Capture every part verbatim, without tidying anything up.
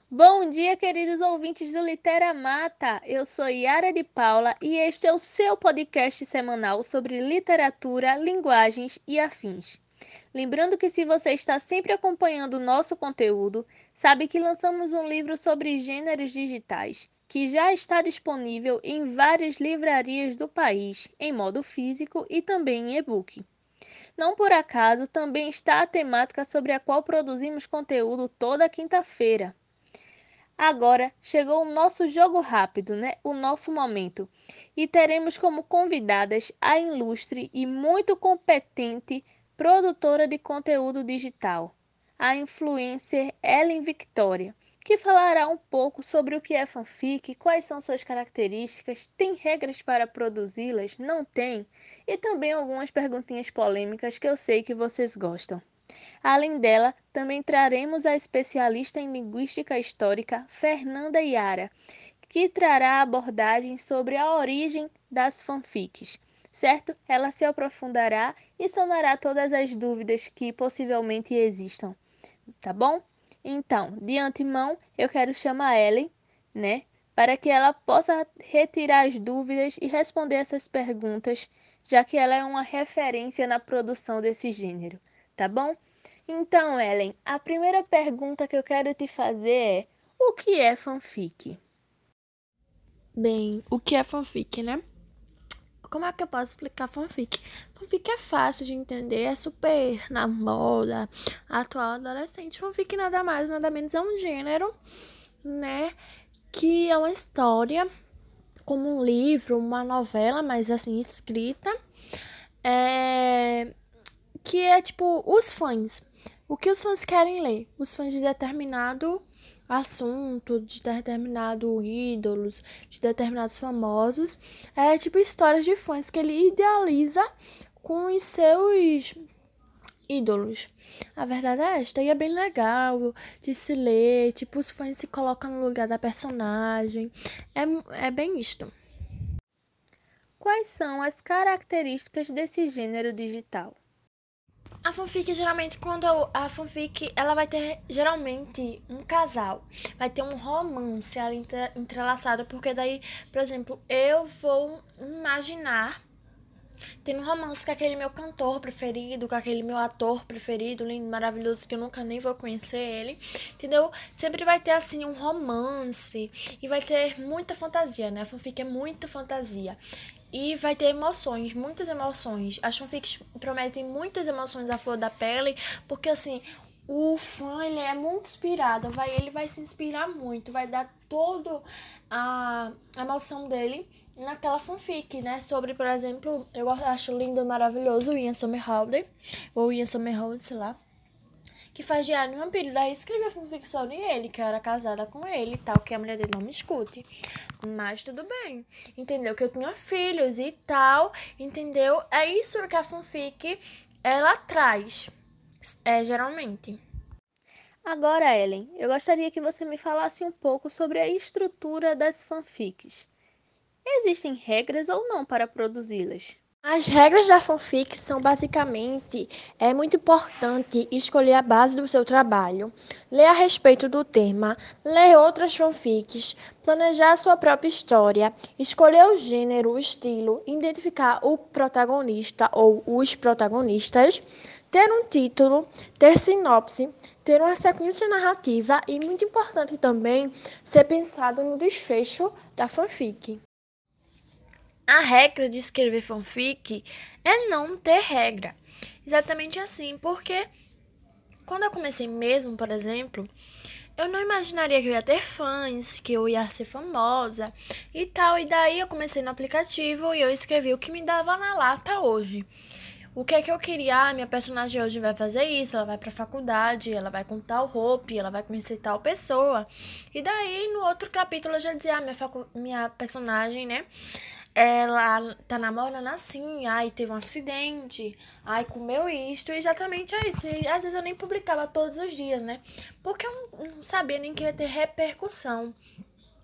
Bom dia, queridos ouvintes do Litera Mata. Eu sou Yara de Paula e este é o seu podcast semanal sobre literatura, linguagens e afins. Lembrando que se você está sempre acompanhando o nosso conteúdo, sabe que lançamos um livro sobre gêneros digitais, que já está disponível em várias livrarias do país, em modo físico e também em e-book. Não por acaso, também está a temática sobre a qual produzimos conteúdo toda quinta-feira. Agora chegou o nosso jogo rápido, né? O nosso momento. E teremos como convidadas a ilustre e muito competente produtora de conteúdo digital, a influencer Ellen Victoria, que falará um pouco sobre o que é fanfic, quais são suas características, tem regras para produzi-las, não tem, e também algumas perguntinhas polêmicas que eu sei que vocês gostam. Além dela, também traremos a especialista em linguística histórica Fernanda Iara, que trará abordagens sobre a origem das fanfics, certo? Ela se aprofundará e sanará todas as dúvidas que possivelmente existam, tá bom? Então, de antemão, eu quero chamar a Ellen, né, para que ela possa retirar as dúvidas e responder essas perguntas, já que ela é uma referência na produção desse gênero, tá bom? Então, Ellen, a primeira pergunta que eu quero te fazer é: o que é fanfic? Bem, o que é fanfic, né? Como é que eu posso explicar fanfic? Fanfic é fácil de entender, é super na moda, atual, adolescente. Fanfic nada mais, nada menos é um gênero, né? Que é uma história, como um livro, uma novela, mas assim, escrita. É... Que é tipo os fãs. O que os fãs querem ler? Os fãs de determinado assunto, de determinado ídolos, de determinados famosos. É tipo histórias de fãs que ele idealiza com os seus ídolos. A verdade é esta, e é bem legal de se ler, tipo, os fãs se colocam no lugar da personagem. É, é bem isto. Quais são as características desse gênero digital? A fanfic, geralmente, quando a fanfic, ela vai ter, geralmente, um casal. Vai ter um romance ali entrelaçado, porque daí, por exemplo, eu vou imaginar tendo um romance com aquele meu cantor preferido, com aquele meu ator preferido, lindo, maravilhoso, que eu nunca nem vou conhecer ele, entendeu? Sempre vai ter, assim, um romance e vai ter muita fantasia, né? A fanfic é muita fantasia. E vai ter emoções, muitas emoções. As fanfics prometem muitas emoções à flor da pele, porque assim, o fã ele é muito inspirado, vai, ele vai se inspirar muito, vai dar todo a emoção dele naquela fanfic, né? Sobre, por exemplo, eu acho lindo e maravilhoso o Ian Somerhalder, ou Ian Somerhalder, sei lá, que faz Diário de um Vampiro. Daí escrevi a fanfic sobre ele, que eu era casada com ele e tal, que a mulher dele não me escute. Mas tudo bem, entendeu? Que eu tinha filhos e tal, entendeu? É isso que a fanfic, ela traz, é, geralmente. Agora, Ellen, eu gostaria que você me falasse um pouco sobre a estrutura das fanfics. Existem regras ou não para produzi-las? As regras da fanfic são basicamente, é muito importante escolher a base do seu trabalho, ler a respeito do tema, ler outras fanfics, planejar a sua própria história, escolher o gênero, o estilo, identificar o protagonista ou os protagonistas, ter um título, ter sinopse, ter uma sequência narrativa e, muito importante também, ser pensado no desfecho da fanfic. A regra de escrever fanfic é não ter regra. Exatamente assim, porque quando eu comecei mesmo, por exemplo, eu não imaginaria que eu ia ter fãs, que eu ia ser famosa e tal. E daí eu comecei no aplicativo e eu escrevi o que me dava na lata hoje. O que é que eu queria? Ah, minha personagem hoje vai fazer isso, ela vai pra faculdade, ela vai com tal roupa, ela vai conhecer tal pessoa. E daí, no outro capítulo, eu já dizia, ah, minha, facu... minha personagem, né? Ela tá namorando assim, ai, teve um acidente, ai, comeu isto, e exatamente é isso. E às vezes eu nem publicava todos os dias, né? Porque eu não sabia nem que ia ter repercussão.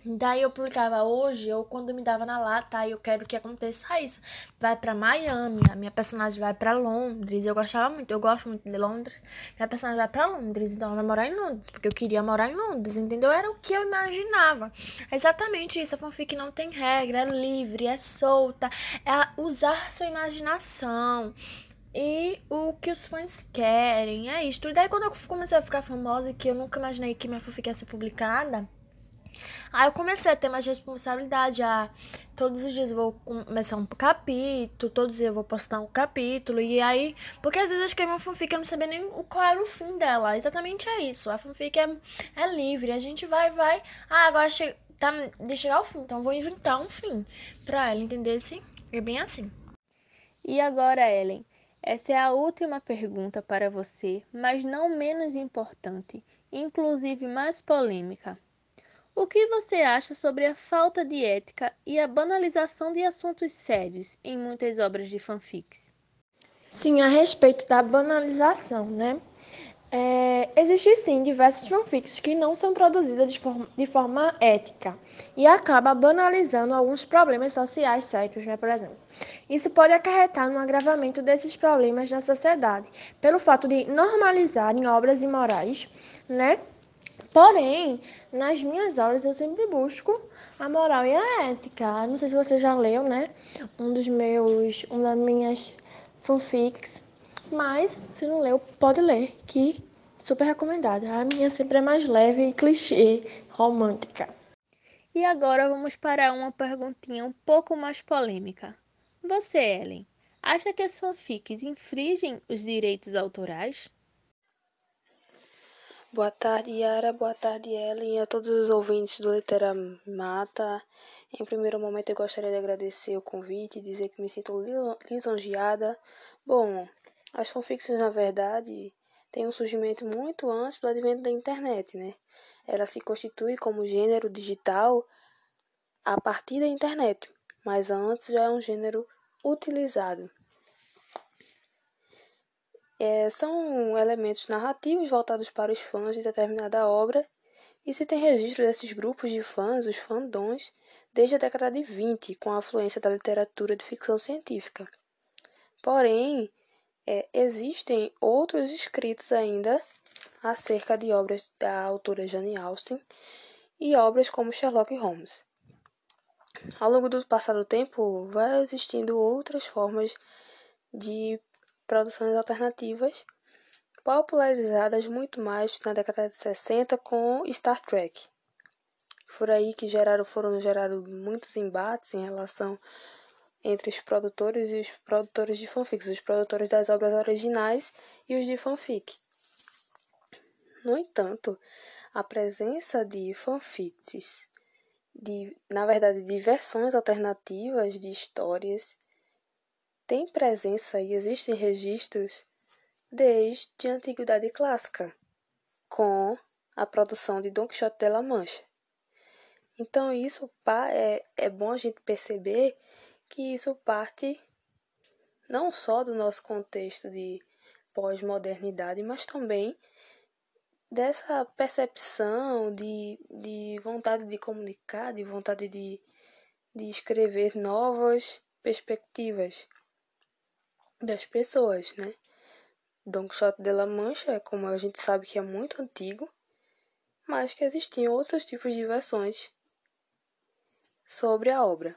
Daí eu publicava hoje, ou quando me dava na lata, aí eu quero que aconteça isso. Vai pra Miami, a minha personagem vai pra Londres. Eu gostava muito, eu gosto muito de Londres. Minha personagem vai pra Londres, então ela vai morar em Londres, porque eu queria morar em Londres, entendeu? Era o que eu imaginava. É exatamente isso, a fanfic não tem regra, é livre, é solta, é usar sua imaginação. E o que os fãs querem, é isto. E daí quando eu comecei a ficar famosa, e que eu nunca imaginei que minha fanfic ia ser publicada, aí eu comecei a ter mais responsabilidade. A todos os dias eu vou começar um capítulo, todos os dias eu vou postar um capítulo. E aí, porque às vezes eu escrevi uma fanfic e eu não sabia nem qual era o fim dela. Exatamente é isso. A fanfic é, é livre. A gente vai, vai. Ah, agora che tá de chegar ao fim. Então eu vou inventar um fim pra ela, entender se é bem assim. E agora, Ellen, essa é a última pergunta para você, mas não menos importante, inclusive mais polêmica. O que você acha sobre a falta de ética e a banalização de assuntos sérios em muitas obras de fanfics? Sim, a respeito da banalização, né? É, existem sim diversos fanfics que não são produzidas de forma, de forma ética e acaba banalizando alguns problemas sociais sérios, né, por exemplo. Isso pode acarretar no agravamento desses problemas na sociedade, pelo fato de normalizarem obras imorais, né? Porém, nas minhas aulas eu sempre busco a moral e a ética. Não sei se você já leu, né? Um dos meus, uma das minhas fanfics, mas se não leu, pode ler, que super recomendada. A minha sempre é mais leve e clichê, romântica. E agora vamos para uma perguntinha um pouco mais polêmica. Você, Ellen, acha que as fanfics infringem os direitos autorais? Boa tarde, Yara. Boa tarde, Ellen, e a todos os ouvintes do Literamata. Em primeiro momento, eu gostaria de agradecer o convite e dizer que me sinto lisonjeada. Bom, as fanfictions, na verdade, têm um surgimento muito antes do advento da internet, né? Ela se constitui como gênero digital a partir da internet, mas antes já é um gênero utilizado. É, são elementos narrativos voltados para os fãs de determinada obra, e se tem registro desses grupos de fãs, os fandoms, desde a década de vinte, com a afluência da literatura de ficção científica. Porém, é, existem outros escritos ainda acerca de obras da autora Jane Austen e obras como Sherlock Holmes. Ao longo do passado tempo, vai existindo outras formas de produções alternativas, popularizadas muito mais na década de sessenta com Star Trek. Por aí que geraram, foram gerados muitos embates em relação entre os produtores e os produtores de fanfics, os produtores das obras originais e os de fanfic. No entanto, a presença de fanfics, de, na verdade, de versões alternativas de histórias, tem presença e existem registros desde a Antiguidade Clássica, com a produção de Don Quixote de la Mancha. Então, isso é, é bom a gente perceber que isso parte não só do nosso contexto de pós-modernidade, mas também dessa percepção de, de vontade de comunicar, de vontade de, de escrever novas perspectivas das pessoas, né? Don Quixote de la Mancha, como a gente sabe que é muito antigo, mas que existiam outros tipos de versões sobre a obra.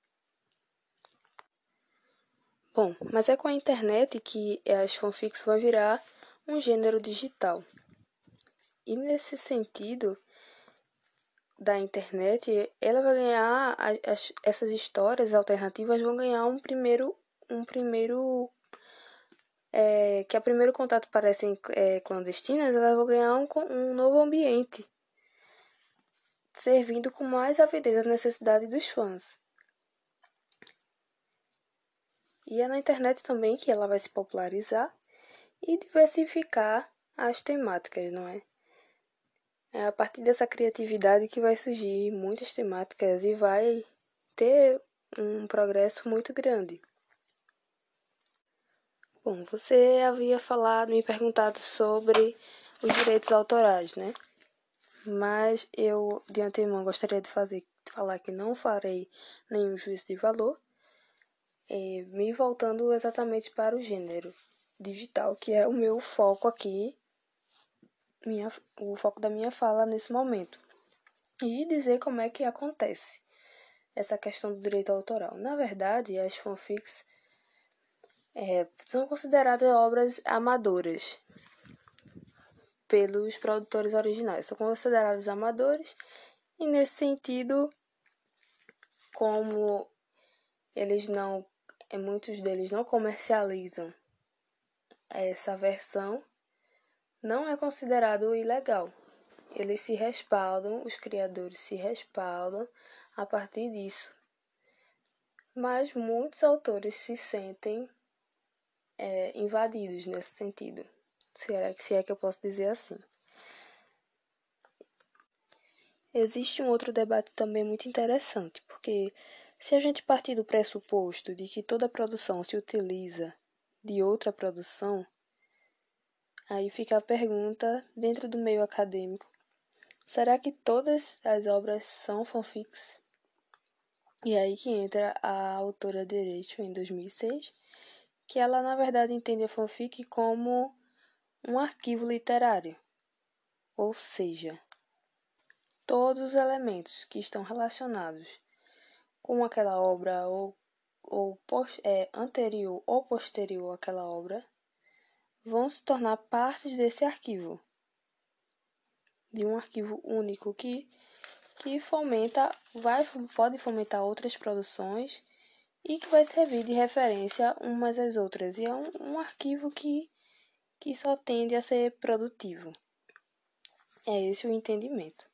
Bom, mas é com a internet que as fanfics vão virar um gênero digital. E nesse sentido da internet, ela vai ganhar, as, essas histórias alternativas vão ganhar um primeiro, um primeiro é, que a primeiro contato parecem é, clandestinas, elas vão ganhar um, um novo ambiente, servindo com mais avidez a necessidade dos fãs. E é na internet também que ela vai se popularizar e diversificar as temáticas, não é? É a partir dessa criatividade que vai surgir muitas temáticas e vai ter um progresso muito grande. Bom, você havia falado, me perguntado sobre os direitos autorais, né? mas eu, de antemão, gostaria de, fazer, de falar que não farei nenhum juízo de valor, é, me voltando exatamente para o gênero digital, que é o meu foco aqui, minha, o foco da minha fala nesse momento. E dizer como é que acontece essa questão do direito autoral. Na verdade, as fanfics é, são consideradas obras amadoras pelos produtores originais. São considerados amadores e, nesse sentido, como eles não, muitos deles não comercializam essa versão, não é considerado ilegal. Eles se respaldam, os criadores se respaldam a partir disso. Mas muitos autores se sentem é, invadidos nesse sentido, se é, se é que eu posso dizer assim. Existe um outro debate também muito interessante, porque se a gente partir do pressuposto de que toda produção se utiliza de outra produção, aí fica a pergunta, dentro do meio acadêmico, será que todas as obras são fanfics? E aí que entra a autora de Direito, em dois mil e seis, que ela, na verdade, entende a fanfic como um arquivo literário, ou seja, todos os elementos que estão relacionados com aquela obra ou, ou é, anterior ou posterior àquela obra vão se tornar partes desse arquivo, de um arquivo único que, que fomenta, vai, pode fomentar outras produções e que vai servir de referência umas às outras. E é um, um arquivo que, que só tende a ser produtivo. É esse o entendimento.